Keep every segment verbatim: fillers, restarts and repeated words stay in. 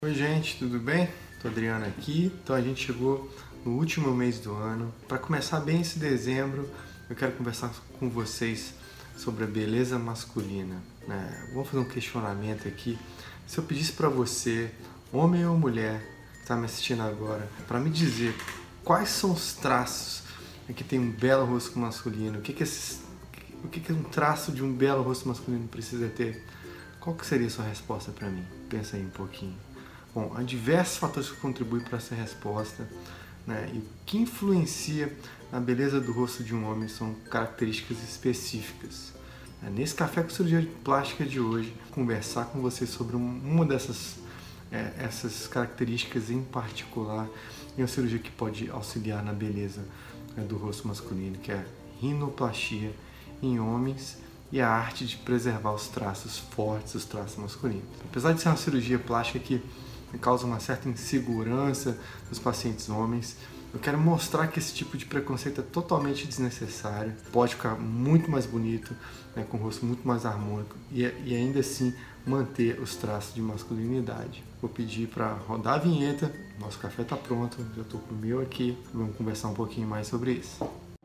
Oi gente, tudo bem? Tô Adriano aqui. Então a gente chegou no último mês do ano. Para começar bem esse dezembro, eu quero conversar com vocês sobre a beleza masculina, né? Vamos fazer um questionamento aqui. Se eu pedisse para você, homem ou mulher, que está me assistindo agora, para me dizer quais são os traços que tem um belo rosto masculino, o que que, esses, o que que um traço de um belo rosto masculino precisa ter, qual que seria a sua resposta para mim? Pensa aí um pouquinho. Bom, há diversos fatores que contribuem para essa resposta, né? E o que influencia na beleza do rosto de um homem são características específicas. Nesse Café com Cirurgia Plástica de hoje, conversar com você sobre uma dessas é, essas características em particular e uma cirurgia que pode auxiliar na beleza é, do rosto masculino, que é a rinoplastia em homens e a arte de preservar os traços fortes, os traços masculinos. Apesar de ser uma cirurgia plástica que causa uma certa insegurança dos pacientes homens, eu quero mostrar que esse tipo de preconceito é totalmente desnecessário, pode ficar muito mais bonito, né, com o rosto muito mais harmônico e, e ainda assim manter os traços de masculinidade. Vou pedir para rodar a vinheta, nosso café está pronto, já estou com o meu aqui, vamos conversar um pouquinho mais sobre isso.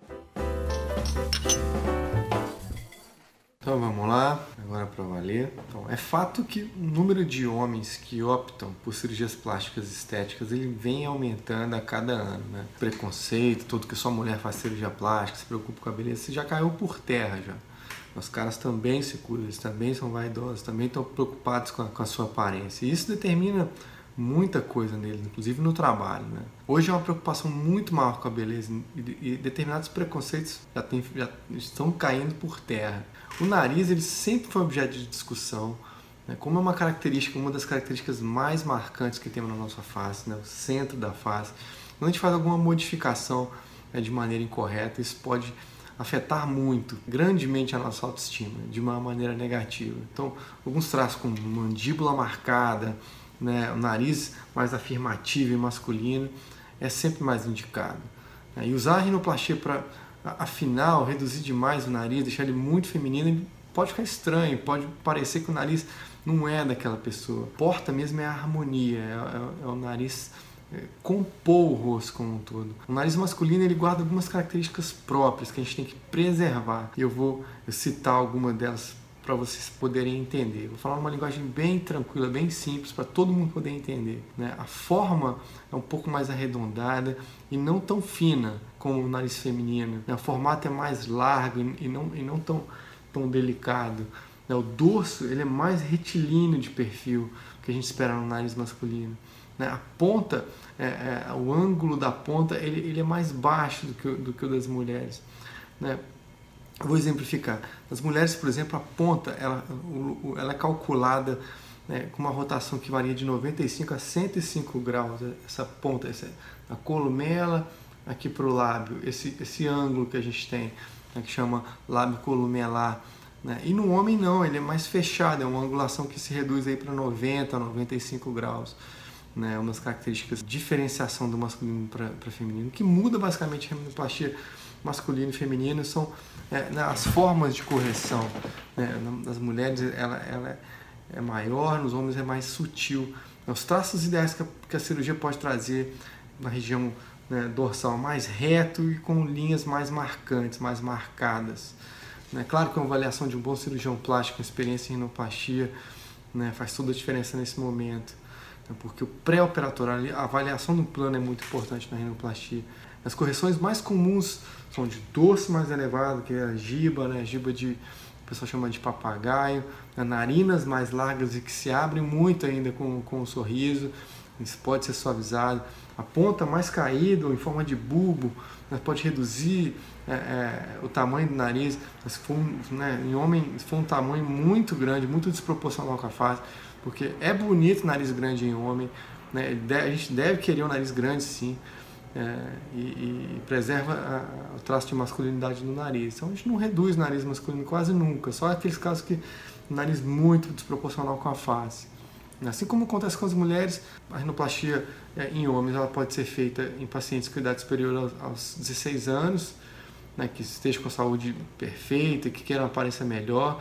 Então vamos lá, agora para valer. Então, é fato que o número de homens que optam por cirurgias plásticas estéticas ele vem aumentando a cada ano, né? Preconceito, tudo que só mulher faz cirurgia plástica, se preocupa com a beleza, isso já caiu por terra já. Os caras também se cuidam, eles também são vaidosos, também estão preocupados com a, com a sua aparência. E isso determina muita coisa neles, inclusive no trabalho, né? Hoje é uma preocupação muito maior com a beleza e, e determinados preconceitos já, tem, já estão caindo por terra. O nariz ele sempre foi objeto de discussão, né? Como é uma característica, uma das características mais marcantes que temos na nossa face, né? O centro da face. Quando a gente faz alguma modificação, né, de maneira incorreta, isso pode afetar muito, grandemente a nossa autoestima, de uma maneira negativa. Então, alguns traços como mandíbula marcada, né, o nariz mais afirmativo e masculino é sempre mais indicado. E usar a rinoplastia para afinar ou reduzir demais o nariz, deixar ele muito feminino, pode ficar estranho, pode parecer que o nariz não é daquela pessoa. Porta mesmo é a harmonia, é, é, é o nariz é, compor o rosto como um todo. O nariz masculino ele guarda algumas características próprias que a gente tem que preservar. E eu vou citar alguma delas para vocês poderem entender. Vou falar uma linguagem bem tranquila, bem simples, para todo mundo poder entender, né? A forma é um pouco mais arredondada e não tão fina como o nariz feminino, né? O formato é mais largo e não, e não tão, tão delicado, né? O dorso ele é mais retilíneo de perfil que a gente espera no nariz masculino, né? A ponta, é, é, o ângulo da ponta ele, ele é mais baixo do que, do que o das mulheres, né? Eu vou exemplificar. As mulheres, por exemplo, a ponta ela, ela é calculada, né, com uma rotação que varia de noventa e cinco a cento e cinco graus. Essa ponta, essa, a columela aqui para o lábio, esse, esse ângulo que a gente tem, né, que chama lábio columelar. Né? E no homem não, ele é mais fechado, é uma angulação que se reduz aí para noventa a noventa e cinco graus. Né? Uma das características de diferenciação do masculino para feminino, que muda basicamente a rinoplastia masculino e feminino são é, né, as formas de correção, né? Nas mulheres ela, ela é maior, nos homens é mais sutil. Os traços ideais que a, que a cirurgia pode trazer na região, né, dorsal mais reto e com linhas mais marcantes, mais marcadas. Né? Claro que uma avaliação de um bom cirurgião plástico, experiência em rinoplastia, né, faz toda a diferença nesse momento, né? Porque o pré-operatório, a avaliação do plano é muito importante na rinoplastia. As correções mais comuns são de dorso mais elevado, que é a giba, né? A giba de, o pessoal chama de papagaio, né? Narinas mais largas e que se abrem muito ainda com, com o sorriso, isso pode ser suavizado. A ponta mais caída, ou em forma de bulbo, né? Pode reduzir é, é, o tamanho do nariz. Se for, né, em homem, se for um tamanho muito grande, muito desproporcional com a face, porque é bonito o nariz grande em homem, né? A gente deve querer um nariz grande, sim. É, e, e preserva a, o traço de masculinidade no nariz. Então a gente não reduz o nariz masculino quase nunca, só aqueles casos que o nariz muito desproporcional com a face. Assim como acontece com as mulheres, a rinoplastia é, em homens ela pode ser feita em pacientes com idade superior aos, aos dezesseis anos, né, que estejam com a saúde perfeita, que queiram uma aparência melhor.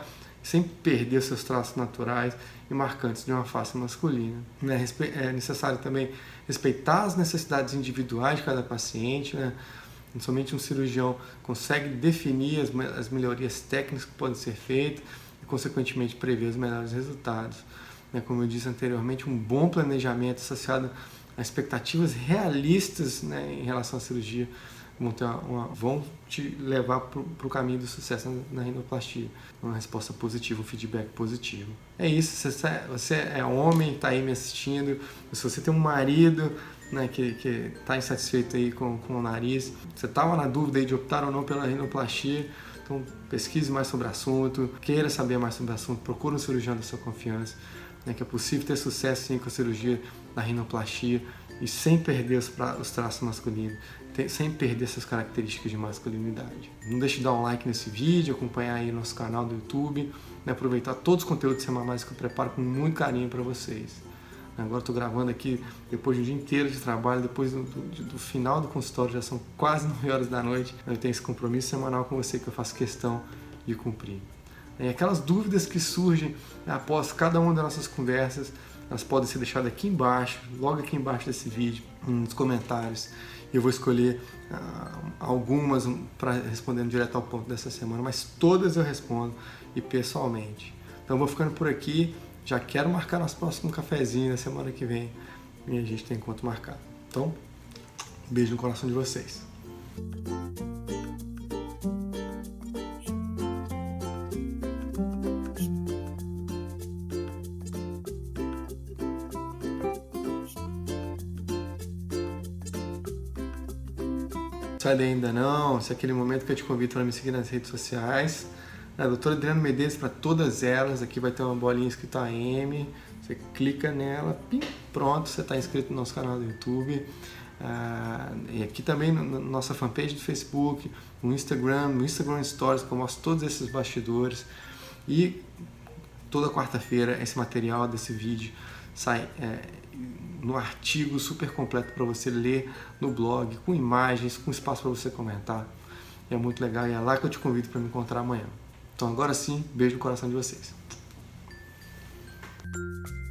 sem perder seus traços naturais e marcantes de uma face masculina. É necessário também respeitar as necessidades individuais de cada paciente, né? Somente um cirurgião consegue definir as, as melhorias técnicas que podem ser feitas e, consequentemente, prever os melhores resultados. Como eu disse anteriormente, um bom planejamento associado a expectativas realistas, né, em relação à cirurgia vão, ter uma, uma, vão te levar para o caminho do sucesso na, na rinoplastia. Uma resposta positiva, um feedback positivo. É isso, você, você é homem, está aí me assistindo, se você tem um marido, né, que está insatisfeito aí com, com o nariz, você estava na dúvida aí de optar ou não pela rinoplastia, então pesquise mais sobre o assunto, queira saber mais sobre o assunto, procure um cirurgião da sua confiança, né, que é possível ter sucesso sim com a cirurgia da rinoplastia e sem perder os, pra, os traços masculinos, tem, sem perder essas características de masculinidade. Não deixe de dar um like nesse vídeo, acompanhar aí nosso canal do YouTube, né, aproveitar todos os conteúdos de Semana Mais que eu preparo com muito carinho para vocês. Agora estou gravando aqui depois de um dia inteiro de trabalho, depois do, do, do final do consultório, já são quase nove horas da noite. Eu tenho esse compromisso semanal com você que eu faço questão de cumprir. E aquelas dúvidas que surgem após cada uma das nossas conversas, elas podem ser deixadas aqui embaixo, logo aqui embaixo desse vídeo, nos comentários. Eu vou escolher uh, algumas para responder direto ao ponto dessa semana, mas todas eu respondo e pessoalmente. Então eu vou ficando por aqui. Já quero marcar nosso próximo cafezinho na semana que vem e a gente tem encontro marcado. Então, um beijo no coração de vocês. Sai daí ainda não, esse é aquele momento que eu te convido para me seguir nas redes sociais. A doutora Adriano Medeiros para todas elas, aqui vai ter uma bolinha escrita A M, você clica nela, pim, pronto, você está inscrito no nosso canal do YouTube. Ah, e aqui também na nossa fanpage do Facebook, no Instagram, no Instagram Stories, que eu mostro todos esses bastidores. E toda quarta-feira esse material desse vídeo sai é, no artigo super completo para você ler no blog, com imagens, com espaço para você comentar. E é muito legal e é lá que eu te convido para me encontrar amanhã. Então agora sim, beijo no coração de vocês.